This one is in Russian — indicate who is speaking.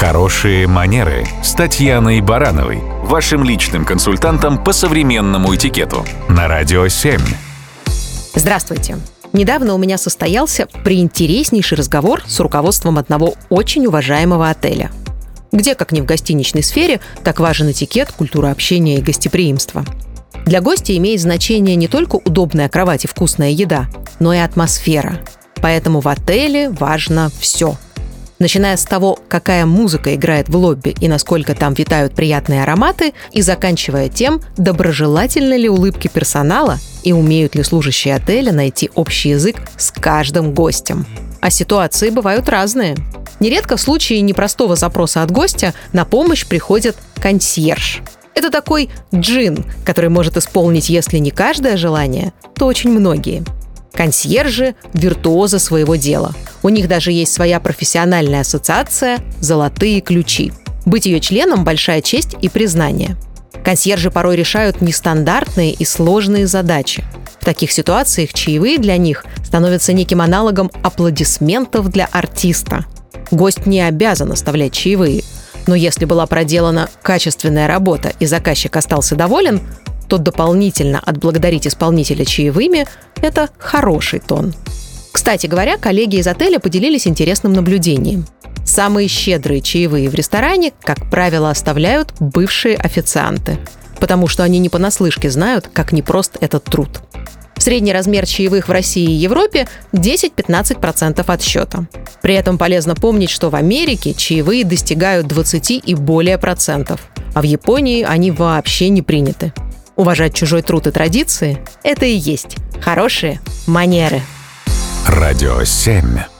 Speaker 1: Хорошие манеры с Татьяной Барановой, вашим личным консультантом по современному этикету на Радио 7.
Speaker 2: Здравствуйте. Недавно у меня состоялся приинтереснейший разговор с руководством одного очень уважаемого отеля. Где, как ни в гостиничной сфере, так важен этикет, культура общения и гостеприимства. Для гостя имеет значение не только удобная кровать и вкусная еда, но и атмосфера. Поэтому в отеле важно все. Начиная с того, какая музыка играет в лобби и насколько там витают приятные ароматы, и заканчивая тем, доброжелательны ли улыбки персонала и умеют ли служащие отеля найти общий язык с каждым гостем. А ситуации бывают разные. Нередко в случае непростого запроса от гостя на помощь приходит консьерж. Это такой джин, который может исполнить, если не каждое желание, то очень многие. Консьержи – виртуозы своего дела. У них даже есть своя профессиональная ассоциация «Золотые ключи». Быть ее членом – большая честь и признание. Консьержи порой решают нестандартные и сложные задачи. В таких ситуациях чаевые для них становятся неким аналогом аплодисментов для артиста. Гость не обязан оставлять чаевые, но если была проделана качественная работа и заказчик остался доволен, то дополнительно отблагодарить исполнителя чаевыми – это хороший тон. Кстати говоря, коллеги из отеля поделились интересным наблюдением. Самые щедрые чаевые в ресторане, как правило, оставляют бывшие официанты, потому что они не понаслышке знают, как непрост этот труд. Средний размер чаевых в России и Европе – 10-15% от счета. При этом полезно помнить, что в Америке чаевые достигают 20 и более процентов, а в Японии они вообще не приняты. Уважать чужой труд и традиции – это и есть хорошие манеры.
Speaker 1: Радио 7.